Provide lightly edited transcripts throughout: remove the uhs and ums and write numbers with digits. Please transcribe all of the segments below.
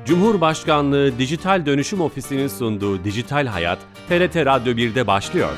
Cumhurbaşkanlığı Dijital Dönüşüm Ofisi'nin sunduğu Dijital Hayat, TRT Radyo 1'de başlıyor.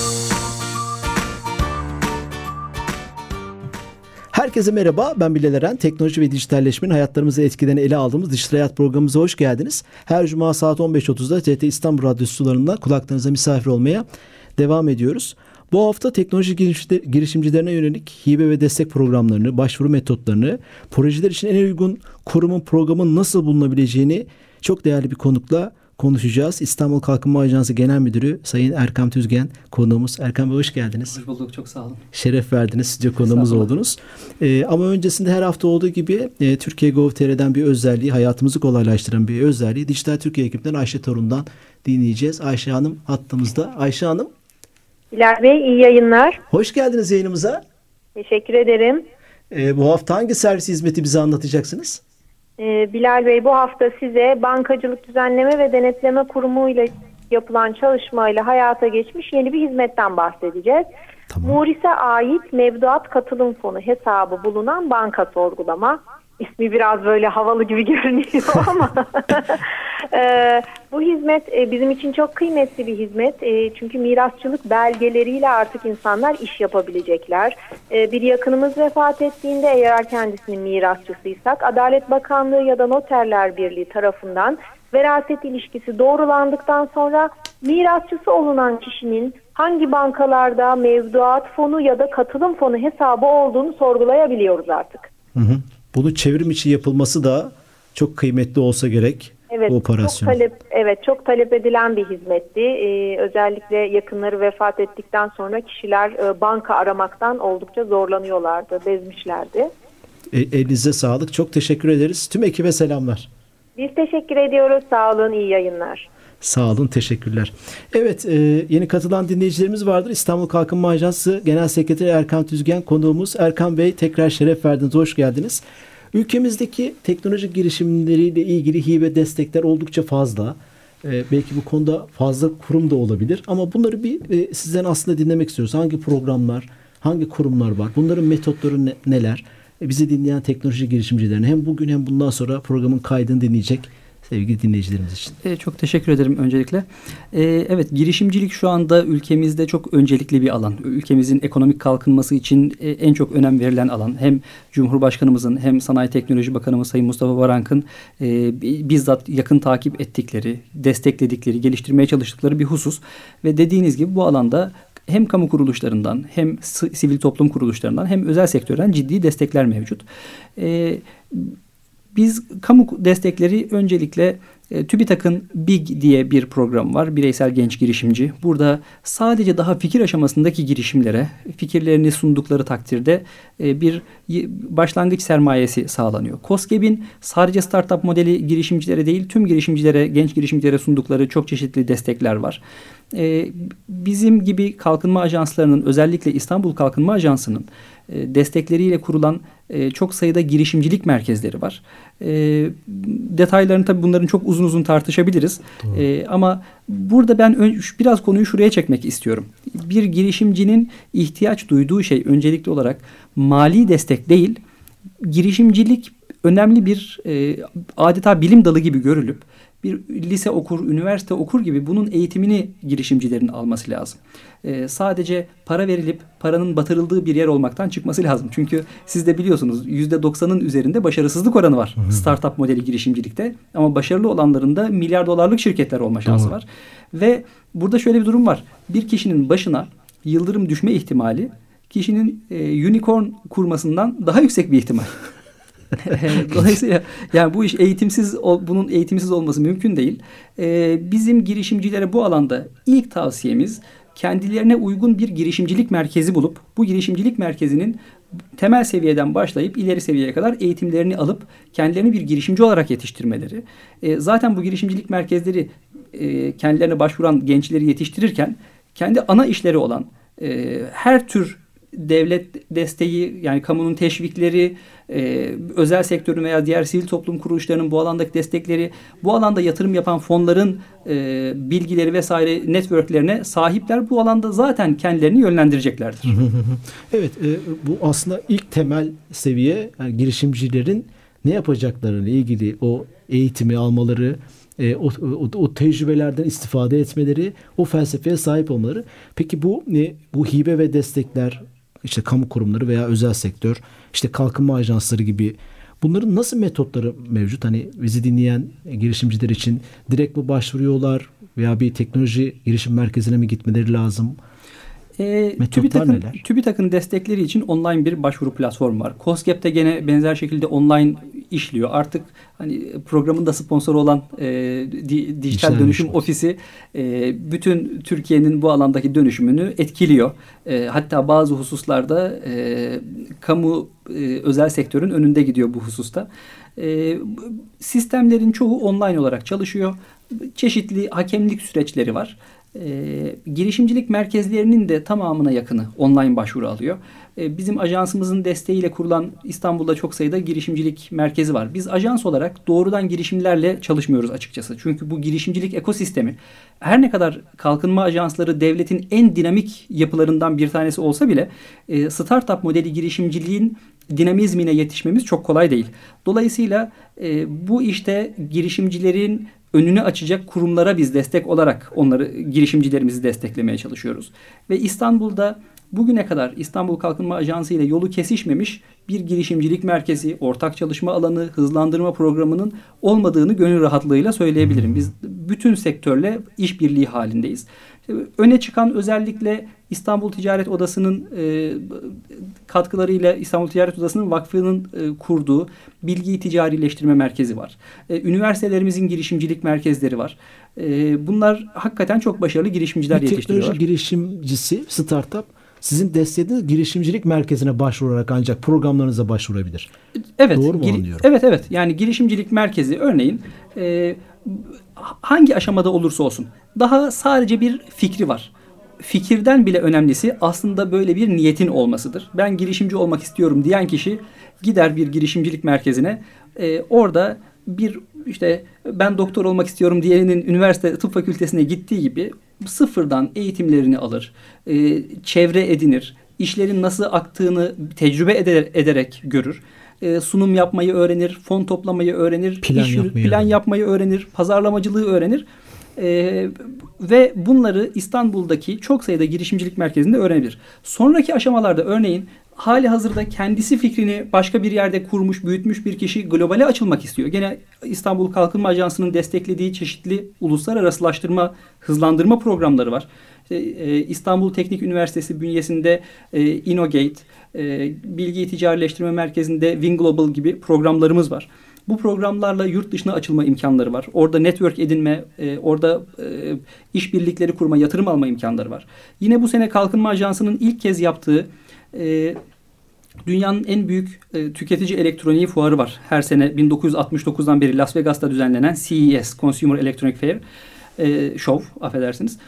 Herkese merhaba, ben Bilal Eren. Teknoloji ve dijitalleşmenin hayatlarımızı etkilerini ele aldığımız Dijital Hayat programımıza hoş geldiniz. Her cuma saat 15.30'da TRT İstanbul Radyo stüdyolarında kulaklarınıza misafir olmaya devam ediyoruz. Bu hafta teknoloji girişimcilerine yönelik hibe ve destek programlarını, başvuru metotlarını, projeler için en uygun kurumun, programın nasıl bulunabileceğini çok değerli bir konukla konuşacağız. İstanbul Kalkınma Ajansı Genel Müdürü Sayın Erkam Tüzgen konuğumuz. Erkam Bey hoş geldiniz. Hoş bulduk, çok sağ olun. Şeref verdiniz, stüdyo konuğumuz oldunuz. Ama öncesinde her hafta olduğu gibi Türkiye Gov.tr'den bir özelliği, hayatımızı kolaylaştıran bir özelliği Dijital Türkiye ekibinden Ayşe Torun'dan dinleyeceğiz. Ayşe Hanım hattımızda. Ayşe Hanım. Bilal Bey iyi yayınlar. Hoş geldiniz yayınımıza. Teşekkür ederim. Bu hafta hangi servis hizmeti bize anlatacaksınız? Bilal Bey bu hafta size Bankacılık Düzenleme ve Denetleme Kurumu ile yapılan çalışmayla hayata geçmiş yeni bir hizmetten bahsedeceğiz. Tamam. Muris'e ait mevduat katılım fonu hesabı bulunan banka sorgulama. İsmi biraz böyle havalı gibi görünüyor ama bu hizmet bizim için çok kıymetli bir hizmet. Çünkü mirasçılık belgeleriyle artık insanlar iş yapabilecekler. Bir yakınımız vefat ettiğinde eğer kendisinin mirasçısıysak Adalet Bakanlığı ya da Noterler Birliği tarafından veraset ilişkisi doğrulandıktan sonra mirasçısı olunan kişinin hangi bankalarda mevduat fonu ya da katılım fonu hesabı olduğunu sorgulayabiliyoruz artık. Hı hı. Bunu çevrim içi yapılması da çok kıymetli olsa gerek. Evet, bu operasyon. Çok talep edilen bir hizmetti. Özellikle yakınları vefat ettikten sonra kişiler banka aramaktan oldukça zorlanıyorlardı, bezmişlerdi. Elinize sağlık. Çok teşekkür ederiz. Tüm ekibe selamlar. Biz teşekkür ediyoruz. Sağ olun, iyi yayınlar. Sağ olun, teşekkürler. Evet, yeni katılan dinleyicilerimiz vardır. İstanbul Kalkınma Ajansı Genel Sekreteri Erkam Tüzgen konuğumuz. Erkam Bey tekrar şeref verdiniz, hoş geldiniz. Ülkemizdeki teknolojik girişimleriyle ilgili hibe destekler oldukça fazla. Belki bu konuda fazla kurum da olabilir. Ama bunları bir sizden aslında dinlemek istiyoruz. Hangi programlar, hangi kurumlar var? Bunların metotları neler? Bizi dinleyen teknoloji girişimcilerine hem bugün hem bundan sonra programın kaydını dinleyecek sevgili dinleyicilerimiz için. Çok teşekkür ederim öncelikle. Evet, girişimcilik şu anda ülkemizde çok öncelikli bir alan. Ülkemizin ekonomik kalkınması için en çok önem verilen alan. Hem Cumhurbaşkanımızın hem Sanayi Teknoloji Bakanımız Sayın Mustafa Varank'ın bizzat yakın takip ettikleri, destekledikleri, geliştirmeye çalıştıkları bir husus. Ve dediğiniz gibi bu alanda hem kamu kuruluşlarından hem sivil toplum kuruluşlarından hem özel sektörden ciddi destekler mevcut. Biz kamu destekleri öncelikle TÜBİTAK'ın BİG diye bir program var. Bireysel genç girişimci. Burada sadece daha fikir aşamasındaki girişimlere fikirlerini sundukları takdirde bir başlangıç sermayesi sağlanıyor. KOSGEB'in sadece startup modeli girişimcilere değil tüm girişimcilere, genç girişimcilere sundukları çok çeşitli destekler var. Bizim gibi kalkınma ajanslarının özellikle İstanbul Kalkınma Ajansı'nın destekleriyle kurulan çok sayıda girişimcilik merkezleri var. Detaylarını tabii bunların çok uzun uzun tartışabiliriz. Ama burada ben biraz konuyu şuraya çekmek istiyorum. Bir girişimcinin ihtiyaç duyduğu şey öncelikli olarak mali destek değil, girişimcilik önemli bir adeta bilim dalı gibi görülüp bir lise okur, üniversite okur gibi bunun eğitimini girişimcilerin alması lazım. Sadece para verilip paranın batırıldığı bir yer olmaktan çıkması lazım. Çünkü siz de biliyorsunuz %90'ın üzerinde başarısızlık oranı var startup modeli girişimcilikte. Ama başarılı olanların da milyar dolarlık şirketler olma şansı var. Ve burada şöyle bir durum var. Bir kişinin başına yıldırım düşme ihtimali kişinin unicorn kurmasından daha yüksek bir ihtimal. Dolayısıyla yani bu iş bunun eğitimsiz olması mümkün değil. Bizim girişimcilere bu alanda ilk tavsiyemiz kendilerine uygun bir girişimcilik merkezi bulup bu girişimcilik merkezinin temel seviyeden başlayıp ileri seviyeye kadar eğitimlerini alıp kendilerini bir girişimci olarak yetiştirmeleri. Zaten bu girişimcilik merkezleri kendilerine başvuran gençleri yetiştirirken kendi ana işleri olan her tür devlet desteği, yani kamunun teşvikleri, özel sektörün veya diğer sivil toplum kuruluşlarının bu alandaki destekleri, bu alanda yatırım yapan fonların bilgileri vesaire networklerine sahipler. Bu alanda zaten kendilerini yönlendireceklerdir. Evet, bu aslında ilk temel seviye, yani girişimcilerin ne yapacaklarıyla ilgili o eğitimi almaları, o tecrübelerden istifade etmeleri, o felsefeye sahip olmaları. Peki bu hibe ve destekler, işte kamu kurumları veya özel sektör, işte kalkınma ajansları gibi, bunların nasıl metotları mevcut? Hani bizi dinleyen girişimciler için direkt mi başvuruyorlar veya bir teknoloji girişim merkezine mi gitmeleri lazım? Metotlar neler? TÜBİTAK'ın destekleri için online bir başvuru platformu var. KOSGEB'de gene benzer şekilde online işliyor. Artık hani programın da sponsoru olan Dijital Dönüşüm Ofisi bütün Türkiye'nin bu alandaki dönüşümünü etkiliyor. Hatta bazı hususlarda kamu özel sektörün önünde gidiyor bu hususta. Sistemlerin çoğu online olarak çalışıyor. Çeşitli hakemlik süreçleri var. Girişimcilik merkezlerinin de tamamına yakını online başvuru alıyor. Bizim ajansımızın desteğiyle kurulan İstanbul'da çok sayıda girişimcilik merkezi var. Biz ajans olarak doğrudan girişimlerle çalışmıyoruz açıkçası. Çünkü bu girişimcilik ekosistemi her ne kadar kalkınma ajansları devletin en dinamik yapılarından bir tanesi olsa bile startup modeli girişimciliğin dinamizmine yetişmemiz çok kolay değil. Dolayısıyla bu işte girişimcilerin önünü açacak kurumlara biz destek olarak girişimcilerimizi desteklemeye çalışıyoruz. Ve İstanbul'da bugüne kadar İstanbul Kalkınma Ajansı ile yolu kesişmemiş bir girişimcilik merkezi, ortak çalışma alanı, hızlandırma programının olmadığını gönül rahatlığıyla söyleyebilirim. Biz bütün sektörle işbirliği halindeyiz. Öne çıkan özellikle İstanbul Ticaret Odası'nın katkılarıyla İstanbul Ticaret Odası'nın vakfının kurduğu bilgi ticarileştirme merkezi var. Üniversitelerimizin girişimcilik merkezleri var. Bunlar hakikaten çok başarılı girişimciler yetiştiriyorlar. Teknoloji girişimcisi, startup sizin desteğiniz girişimcilik merkezine başvurarak ancak programlarınıza başvurabilir. Evet. Doğru mu anlıyorum? Evet. Yani girişimcilik merkezi örneğin hangi aşamada olursa olsun daha sadece bir fikri var. Fikirden bile önemlisi aslında böyle bir niyetin olmasıdır. Ben girişimci olmak istiyorum diyen kişi gider bir girişimcilik merkezine. Orada ben doktor olmak istiyorum diyenin üniversite tıp fakültesine gittiği gibi sıfırdan eğitimlerini alır. Çevre edinir. İşlerin nasıl aktığını tecrübe ederek görür. Sunum yapmayı öğrenir. Fon toplamayı öğrenir. Plan yapmayı öğrenir. Pazarlamacılığı öğrenir. Ve bunları İstanbul'daki çok sayıda girişimcilik merkezinde öğrenebilir. Sonraki aşamalarda örneğin hali hazırda kendisi fikrini başka bir yerde kurmuş, büyütmüş bir kişi globale açılmak istiyor. Gene İstanbul Kalkınma Ajansı'nın desteklediği çeşitli uluslararasılaştırma, hızlandırma programları var. İstanbul Teknik Üniversitesi bünyesinde Innogate, Bilgi Ticarileştirme Merkezi'nde Win Global gibi programlarımız var. Bu programlarla yurt dışına açılma imkanları var. Orada network edinme, orada işbirlikleri kurma, yatırım alma imkanları var. Yine bu sene Kalkınma Ajansı'nın ilk kez yaptığı dünyanın en büyük tüketici elektroniği fuarı var. Her sene 1969'dan beri Las Vegas'ta düzenlenen CES, Consumer Electronic Fair Show, affedersiniz.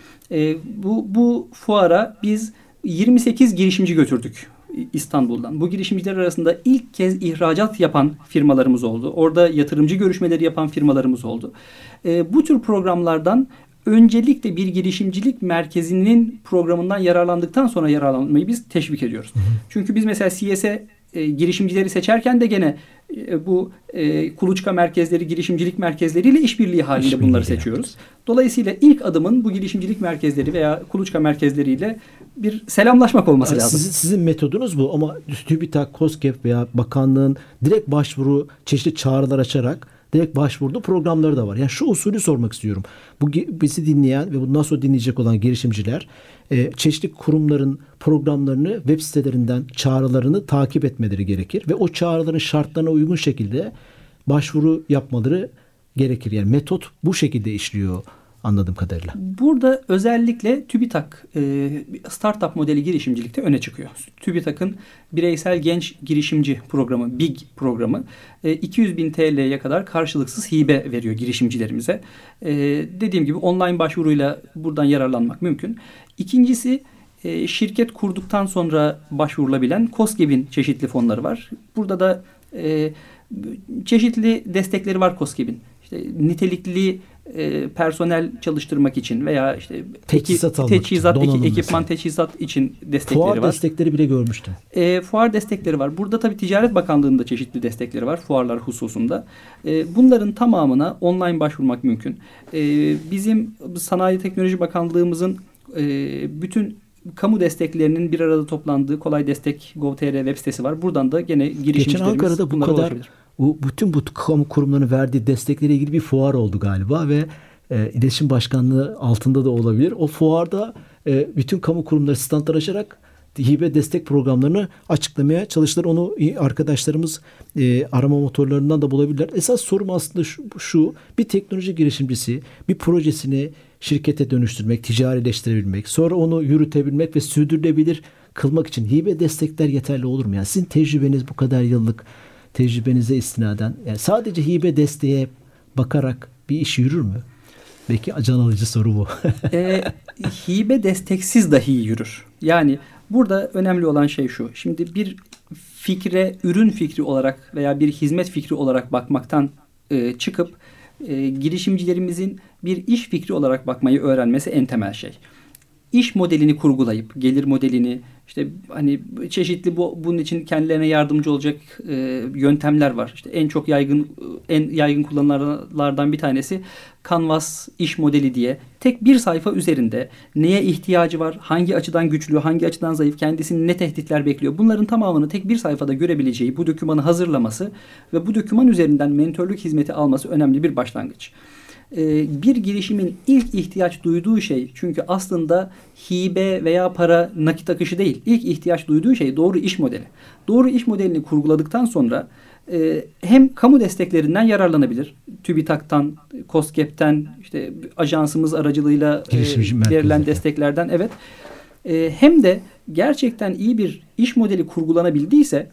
Bu fuara biz 28 girişimci götürdük İstanbul'dan. Bu girişimciler arasında ilk kez ihracat yapan firmalarımız oldu. Orada yatırımcı görüşmeleri yapan firmalarımız oldu. Bu tür programlardan öncelikle bir girişimcilik merkezinin programından yararlandıktan sonra yararlanmayı biz teşvik ediyoruz. Çünkü biz mesela CS'e girişimcileri seçerken de gene bu kuluçka merkezleri, girişimcilik merkezleriyle işbirliği halinde bunları seçiyoruz. Dolayısıyla ilk adımın bu girişimcilik merkezleri veya kuluçka merkezleriyle bir selamlaşmak olması lazım. Sizin metodunuz bu ama TÜBİTAK, KOSGEB veya bakanlığın direkt başvuru, çeşitli çağrılar açarak direkt başvurduğu programları da var. Yani şu usulü sormak istiyorum. Bu bizi dinleyen ve bundan sonra dinleyecek olan girişimciler çeşitli kurumların programlarını, web sitelerinden çağrılarını takip etmeleri gerekir ve o çağrıların şartlarına uygun şekilde başvuru yapmaları gerekir. Yani metot bu şekilde işliyor anladığım kadarıyla. Burada özellikle TÜBİTAK startup modeli girişimcilikte öne çıkıyor. TÜBİTAK'ın bireysel genç girişimci programı, BİG programı 200.000 TL'ye kadar karşılıksız hibe veriyor girişimcilerimize. Dediğim gibi online başvuruyla buradan yararlanmak mümkün. İkincisi şirket kurduktan sonra başvurulabilen KOSGEB'in çeşitli fonları var. Burada da çeşitli destekleri var KOSGEB'in. İşte nitelikli personel çalıştırmak için veya işte teçhizat almak için, ekipman teçhizat için destekleri fuar var. Fuar destekleri bile görmüştüm. Fuar destekleri var. Burada tabii Ticaret Bakanlığı'nın da çeşitli destekleri var fuarlar hususunda. Bunların tamamına online başvurmak mümkün. Bizim Sanayi Teknoloji Bakanlığımızın bütün kamu desteklerinin bir arada toplandığı Kolay Destek Gov.tr web sitesi var. Buradan da gene girişimcilerimiz bunlara ulaşabilir. Bütün bu kamu kurumlarının verdiği desteklere ilgili bir fuar oldu galiba ve İletişim Başkanlığı altında da olabilir. O fuarda bütün kamu kurumları standlar açarak hibe destek programlarını açıklamaya çalıştılar. Onu arkadaşlarımız arama motorlarından da bulabilirler. Esas sorum aslında şu bir teknoloji girişimcisi bir projesini şirkete dönüştürmek, ticarileştirebilmek, sonra onu yürütebilmek ve sürdürülebilir kılmak için hibe destekler yeterli olur mu? Yani sizin tecrübeniz bu kadar yıllık tecrübenize istinaden yani sadece hibe desteğe bakarak bir iş yürür mü? Belki can alıcı soru bu. Hibe desteksiz dahi yürür. Yani burada önemli olan şey şu. Şimdi bir fikre ürün fikri olarak veya bir hizmet fikri olarak bakmaktan çıkıp girişimcilerimizin bir iş fikri olarak bakmayı öğrenmesi en temel şey. İş modelini kurgulayıp, gelir modelini, işte hani çeşitli bunun için kendilerine yardımcı olacak yöntemler var. İşte en yaygın kullanılanlardan bir tanesi Canvas iş modeli diye tek bir sayfa üzerinde neye ihtiyacı var, hangi açıdan güçlü, hangi açıdan zayıf, kendisini ne tehditler bekliyor. Bunların tamamını tek bir sayfada görebileceği bu dokümanı hazırlaması ve bu doküman üzerinden mentörlük hizmeti alması önemli bir başlangıç. Bir girişimin ilk ihtiyaç duyduğu şey çünkü aslında hibe veya para nakit akışı değil. İlk ihtiyaç duyduğu şey doğru iş modeli. Doğru iş modelini kurguladıktan sonra hem kamu desteklerinden yararlanabilir. TÜBİTAK'tan, KOSGEB'ten, işte ajansımız aracılığıyla verilen desteklerden evet. Hem de gerçekten iyi bir iş modeli kurgulanabildiyse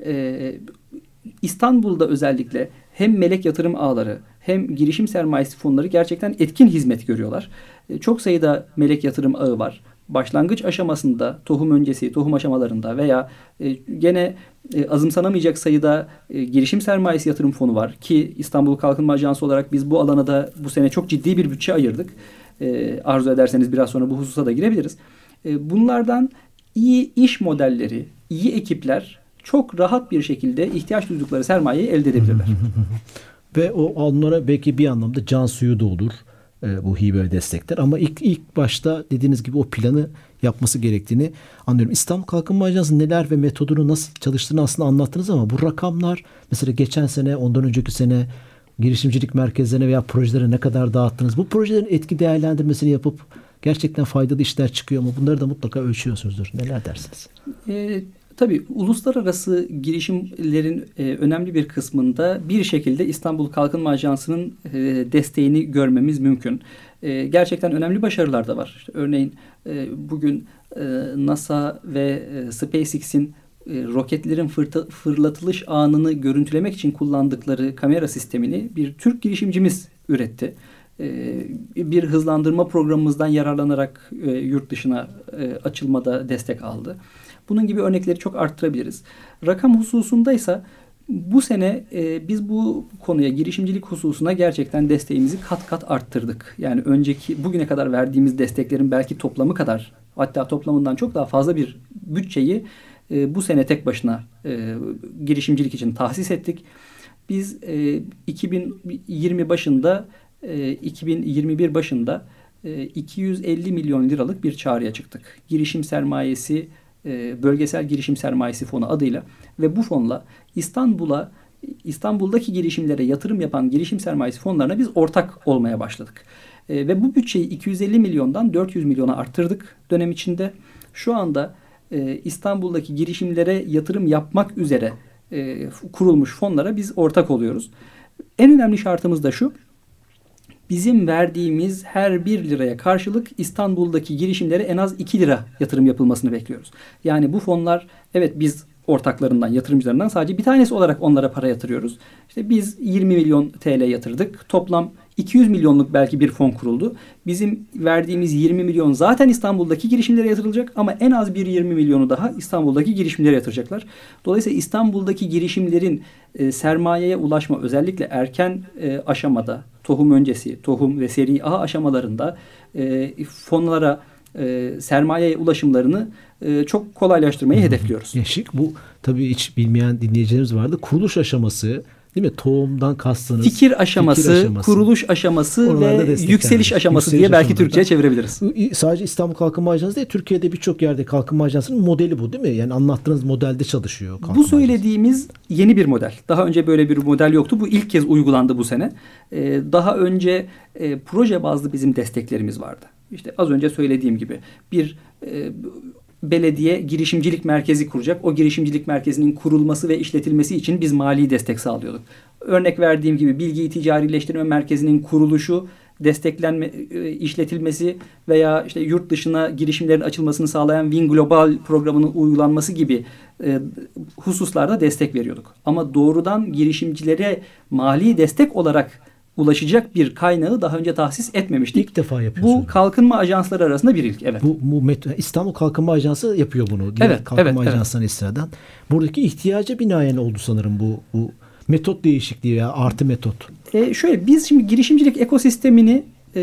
İstanbul'da özellikle hem melek yatırım ağları hem girişim sermayesi fonları gerçekten etkin hizmet görüyorlar. Çok sayıda melek yatırım ağı var. Başlangıç aşamasında, tohum öncesi, tohum aşamalarında veya gene azımsanamayacak sayıda girişim sermayesi yatırım fonu var. Ki İstanbul Kalkınma Ajansı olarak biz bu alana da bu sene çok ciddi bir bütçe ayırdık. Arzu ederseniz biraz sonra bu hususa da girebiliriz. Bunlardan iyi iş modelleri, iyi ekipler çok rahat bir şekilde ihtiyaç duydukları sermayeyi elde edebilirler. Ve onlara belki bir anlamda can suyu da olur bu hibe destekler. Ama ilk başta dediğiniz gibi o planı yapması gerektiğini anlıyorum. İstanbul Kalkınma Ajansı neler ve metodunu nasıl çalıştığını aslında anlattınız ama bu rakamlar mesela geçen sene, ondan önceki sene girişimcilik merkezlerine veya projelere ne kadar dağıttınız? Bu projelerin etki değerlendirmesini yapıp gerçekten faydalı işler çıkıyor mu? Bunları da mutlaka ölçüyorsunuzdur. Neler dersiniz? Tabii uluslararası girişimlerin önemli bir kısmında bir şekilde İstanbul Kalkınma Ajansı'nın desteğini görmemiz mümkün. Gerçekten önemli başarılar da var. İşte örneğin bugün NASA ve SpaceX'in roketlerin fırlatılış anını görüntülemek için kullandıkları kamera sistemini bir Türk girişimcimiz üretti. Bir hızlandırma programımızdan yararlanarak yurt dışına açılmada destek aldı. Bunun gibi örnekleri çok arttırabiliriz. Rakam hususundaysa bu sene biz bu konuya, girişimcilik hususuna gerçekten desteğimizi kat kat arttırdık. Yani bugüne kadar verdiğimiz desteklerin belki toplamı kadar, hatta toplamından çok daha fazla bir bütçeyi bu sene tek başına girişimcilik için tahsis ettik. Biz 2020 başında 2021 başında 250 milyon liralık bir çağrıya çıktık. Girişim sermayesi, bölgesel girişim sermayesi fonu adıyla ve bu fonla İstanbul'daki girişimlere yatırım yapan girişim sermayesi fonlarına biz ortak olmaya başladık. Ve bu bütçeyi 250 milyondan 400 milyona arttırdık dönem içinde. Şu anda İstanbul'daki girişimlere yatırım yapmak üzere kurulmuş fonlara biz ortak oluyoruz. En önemli şartımız da şu: bizim verdiğimiz her 1 liraya karşılık İstanbul'daki girişimlere en az 2 lira yatırım yapılmasını bekliyoruz. Yani bu fonlar, evet biz ortaklarından, yatırımcılarından sadece bir tanesi olarak onlara para yatırıyoruz. İşte biz 20 milyon TL yatırdık. Toplam 200 milyonluk belki bir fon kuruldu. Bizim verdiğimiz 20 milyon zaten İstanbul'daki girişimlere yatırılacak ama en az bir 20 milyonu daha İstanbul'daki girişimlere yatıracaklar. Dolayısıyla İstanbul'daki girişimlerin sermayeye ulaşma, özellikle erken aşamada tohum öncesi, tohum ve seri A aşamalarında fonlara, sermayeye ulaşımlarını çok kolaylaştırmayı hedefliyoruz. Şık. Bu tabii hiç bilmeyen dinleyicilerimiz vardı. Kuruluş aşaması, değil mi? Tohumdan kastınız. Fikir aşaması, kuruluş aşaması ve yükseliş aşaması diye belki Türkçe'ye çevirebiliriz. Sadece İstanbul Kalkınma Ajansı değil, Türkiye'de birçok yerde Kalkınma Ajansı'nın modeli bu, değil mi? Yani anlattığınız modelde çalışıyor. Bu söylediğimiz yeni bir model. Daha önce böyle bir model yoktu. Bu ilk kez uygulandı bu sene. Daha önce proje bazlı bizim desteklerimiz vardı. İşte az önce söylediğim gibi bir belediye girişimcilik merkezi kuracak. O girişimcilik merkezinin kurulması ve işletilmesi için biz mali destek sağlıyorduk. Örnek verdiğim gibi bilgi ticarileştirme merkezinin kuruluşu, desteklenme, işletilmesi veya işte yurt dışına girişimlerin açılmasını sağlayan Win Global programının uygulanması gibi hususlarda destek veriyorduk. Ama doğrudan girişimcilere mali destek olarak ulaşacak bir kaynağı daha önce tahsis etmemiştik. İlk defa yapıyorsunuz. Bu kalkınma ajansları arasında bir ilk. Evet. Bu İstanbul Kalkınma Ajansı yapıyor bunu. Diğer kalkınma ajanslarına istinaden. Buradaki ihtiyaca binaen oldu sanırım bu metot değişikliği veya artı metot. Şöyle biz şimdi girişimcilik ekosistemini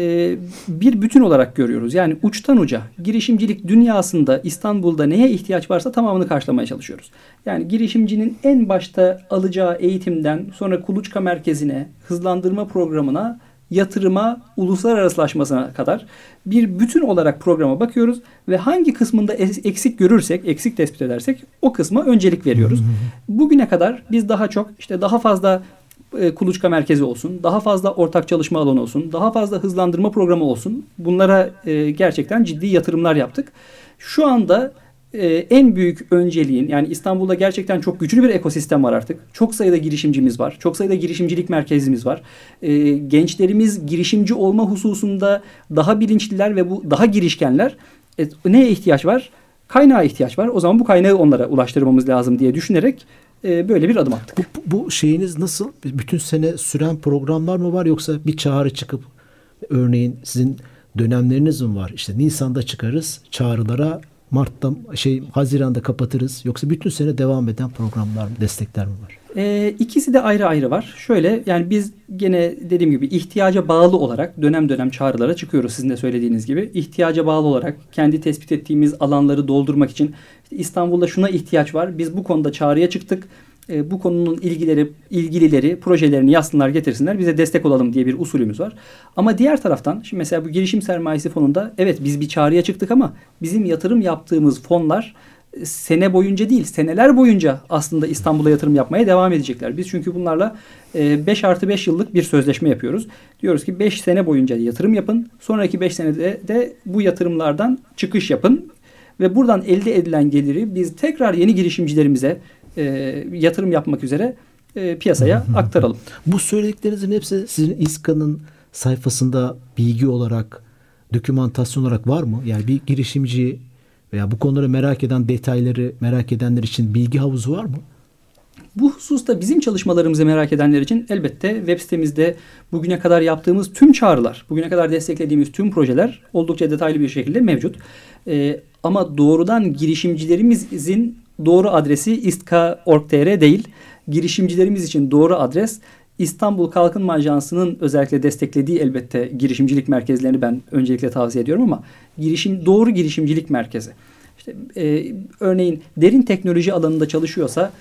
bir bütün olarak görüyoruz. Yani uçtan uca girişimcilik dünyasında İstanbul'da neye ihtiyaç varsa tamamını karşılamaya çalışıyoruz. Yani girişimcinin en başta alacağı eğitimden sonra kuluçka merkezine, hızlandırma programına, yatırıma, uluslararasılaşmasına kadar bir bütün olarak programa bakıyoruz ve hangi kısmında eksik görürsek, eksik tespit edersek o kısma öncelik veriyoruz. Bugüne kadar biz daha çok işte daha fazla kuluçka merkezi olsun, daha fazla ortak çalışma alanı olsun, daha fazla hızlandırma programı olsun. Bunlara gerçekten ciddi yatırımlar yaptık. Şu anda en büyük önceliğin, yani İstanbul'da gerçekten çok güçlü bir ekosistem var artık. Çok sayıda girişimcimiz var. Çok sayıda girişimcilik merkezimiz var. Gençlerimiz girişimci olma hususunda daha bilinçliler ve bu daha girişkenler. Neye ihtiyaç var? Kaynağa ihtiyaç var. O zaman bu kaynağı onlara ulaştırmamız lazım diye düşünerek böyle bir adım attık. Bu şeyiniz nasıl? Bütün sene süren programlar mı var, yoksa bir çağrı çıkıp örneğin sizin dönemleriniz mi var? İşte Nisan'da çıkarız çağrılara, Mart'ta Haziran'da kapatırız, yoksa bütün sene devam eden programlar mı, destekler mi var? İkisi de ayrı ayrı var. Şöyle, yani biz gene dediğim gibi ihtiyaca bağlı olarak dönem dönem çağrılara çıkıyoruz, sizin de söylediğiniz gibi. İhtiyaca bağlı olarak kendi tespit ettiğimiz alanları doldurmak için işte İstanbul'da şuna ihtiyaç var, biz bu konuda çağrıya çıktık. Bu konunun ilgilileri projelerini yazsınlar, getirsinler, bize destek olalım diye bir usulümüz var. Ama diğer taraftan şimdi mesela bu girişim sermayesi fonunda evet biz bir çağrıya çıktık ama bizim yatırım yaptığımız fonlar sene boyunca değil, seneler boyunca aslında İstanbul'a yatırım yapmaya devam edecekler. Biz çünkü bunlarla 5+5 yıllık bir sözleşme yapıyoruz. Diyoruz ki 5 sene boyunca yatırım yapın. Sonraki 5 senede de bu yatırımlardan çıkış yapın. Ve buradan elde edilen geliri biz tekrar yeni girişimcilerimize yatırım yapmak üzere piyasaya aktaralım. Bu söylediklerinizin hepsi sizin İSKA'nın sayfasında bilgi olarak, dokümantasyon olarak var mı? Yani bir girişimci veya bu konuları merak eden, detayları merak edenler için bilgi havuzu var mı? Bu hususta bizim çalışmalarımızı merak edenler için elbette web sitemizde bugüne kadar yaptığımız tüm çağrılar, bugüne kadar desteklediğimiz tüm projeler oldukça detaylı bir şekilde mevcut. Ama doğrudan girişimcilerimizin doğru adresi istka.org.tr değil. Girişimcilerimiz için doğru adres İstanbul Kalkınma Ajansı'nın özellikle desteklediği elbette girişimcilik merkezlerini ben öncelikle tavsiye ediyorum ama doğru girişimcilik merkezi. İşte, örneğin derin teknoloji alanında çalışıyorsa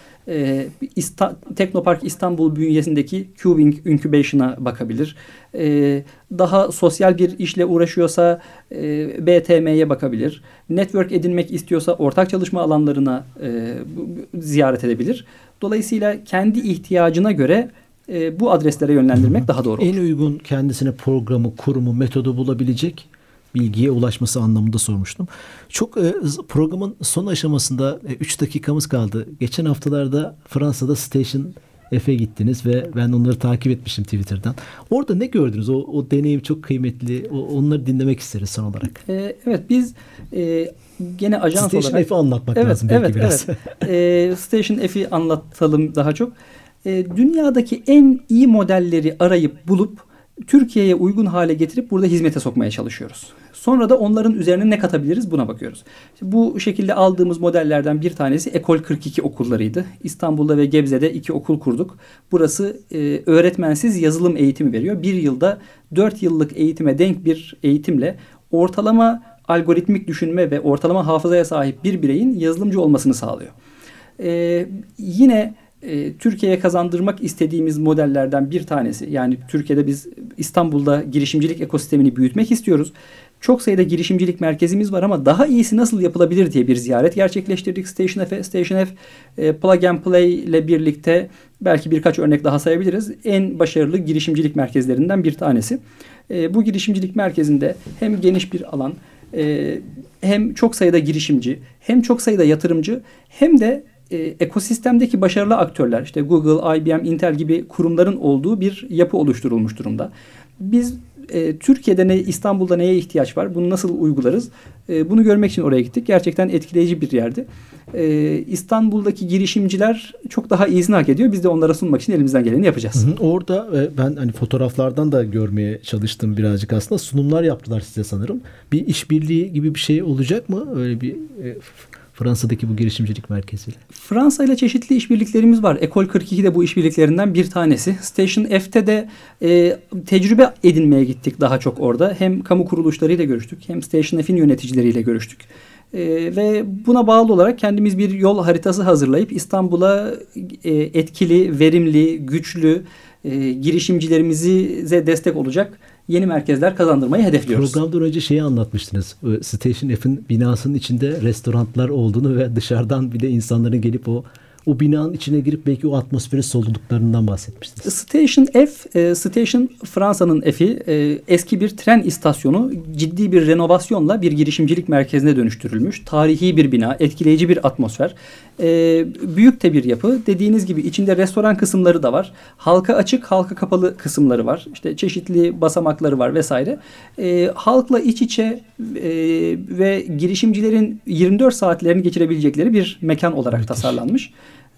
Teknopark İstanbul bünyesindeki Cubing Incubation'a bakabilir. Daha sosyal bir işle uğraşıyorsa BTM'ye bakabilir. Network edinmek istiyorsa ortak çalışma alanlarına ziyaret edebilir. Dolayısıyla kendi ihtiyacına göre bu adreslere yönlendirmek daha doğru olur. En uygun kendisine programı, kurumu, metodu bulabilecek bilgiye ulaşması anlamında sormuştum. Çok programın son aşamasında 3 dakikamız kaldı. Geçen haftalarda Fransa'da Station F'e gittiniz ve ben onları takip etmiştim Twitter'dan. Orada ne gördünüz? O deneyim çok kıymetli. Onları dinlemek isteriz son olarak. Evet, biz gene ajans Station olarak... F'i anlatmak lazım belki biraz. Evet. Station F'i anlatalım daha çok. Dünyadaki en iyi modelleri arayıp bulup Türkiye'ye uygun hale getirip burada hizmete sokmaya çalışıyoruz. Sonra da onların üzerine ne katabiliriz buna bakıyoruz. İşte bu şekilde aldığımız modellerden bir tanesi Ekol 42 okullarıydı. İstanbul'da ve Gebze'de 2 okul kurduk. Burası öğretmensiz yazılım eğitimi veriyor. Bir yılda 4 yıllık eğitime denk bir eğitimle ortalama algoritmik düşünme ve ortalama hafızaya sahip bir bireyin yazılımcı olmasını sağlıyor. Yine Türkiye'ye kazandırmak istediğimiz modellerden bir tanesi. Yani Türkiye'de biz İstanbul'da girişimcilik ekosistemini büyütmek istiyoruz. Çok sayıda girişimcilik merkezimiz var ama daha iyisi nasıl yapılabilir diye bir ziyaret gerçekleştirdik Station F'e. Station F, Plug and Play ile birlikte belki birkaç örnek daha sayabiliriz. En başarılı girişimcilik merkezlerinden bir tanesi. Bu girişimcilik merkezinde hem geniş bir alan, hem çok sayıda girişimci, hem çok sayıda yatırımcı, hem de ekosistemdeki başarılı aktörler, işte Google, IBM, Intel gibi kurumların olduğu bir yapı oluşturulmuş durumda. Biz Türkiye'de İstanbul'da neye ihtiyaç var? Bunu nasıl uygularız? Bunu görmek için oraya gittik. Gerçekten etkileyici bir yerdi. İstanbul'daki girişimciler çok daha iyisini hak ediyor. Biz de onlara sunmak için elimizden geleni yapacağız. Orada ben hani fotoğraflardan da görmeye çalıştım birazcık aslında. Sunumlar yaptılar size sanırım. Bir işbirliği gibi bir şey olacak mı? Öyle bir Fransa'daki bu girişimcilik merkeziyle. Fransa ile çeşitli işbirliklerimiz var. Ekol 42 de bu işbirliklerinden bir tanesi. Station F'te de tecrübe edinmeye gittik daha çok orada. Hem kamu kuruluşlarıyla görüştük, hem Station F'in yöneticileriyle görüştük. Ve buna bağlı olarak kendimiz bir yol haritası hazırlayıp İstanbul'a etkili, verimli, güçlü girişimcilerimize destek olacak yeni merkezler kazandırmayı hedefliyoruz. Programdan önce şeyi anlatmıştınız. Station F'in binasının içinde restoranlar olduğunu ve dışarıdan bir de insanların gelip o binanın içine girip belki o atmosferi soluduklarından bahsetmiştiniz. Station F, Station Fransa'nın F'i, eski bir tren istasyonu ciddi bir renovasyonla bir girişimcilik merkezine dönüştürülmüş. Tarihi bir bina, etkileyici bir atmosfer. Büyük de bir yapı. Dediğiniz gibi içinde restoran kısımları da var. Halka açık, halka kapalı kısımları var. İşte çeşitli basamakları var vesaire. Halkla iç içe ve girişimcilerin 24 saatlerini geçirebilecekleri bir mekan olarak tasarlanmış.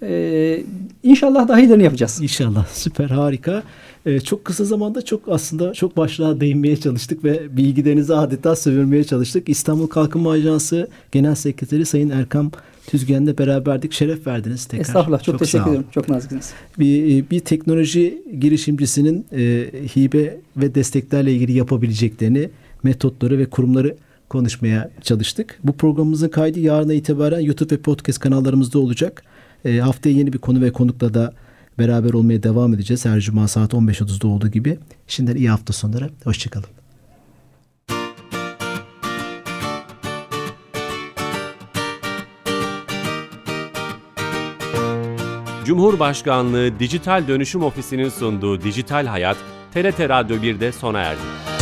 İnşallah daha iyilerini yapacağız. İnşallah. Süper, harika. Çok kısa zamanda çok başlığa değinmeye çalıştık ve bilgilerinizi adeta sömürmeye çalıştık. İstanbul Kalkınma Ajansı Genel Sekreteri Sayın Erkam Tüzgen'le beraberdik. Şeref verdiniz tekrar. Estağfurullah. Çok teşekkür ederim. Çok naziksiniz. Bir teknoloji girişimcisinin hibe ve desteklerle ilgili yapabileceklerini, metotları ve kurumları konuşmaya çalıştık. Bu programımızın kaydı yarına itibaren YouTube ve podcast kanallarımızda olacak. Haftaya yeni bir konu ve konukla da beraber olmaya devam edeceğiz. Her cuma saat 15.30'da olduğu gibi. Şimdiden iyi hafta sonları. Hoşçakalın. Cumhurbaşkanlığı Dijital Dönüşüm Ofisi'nin sunduğu Dijital Hayat, TRT Radyo 1'de sona erdi.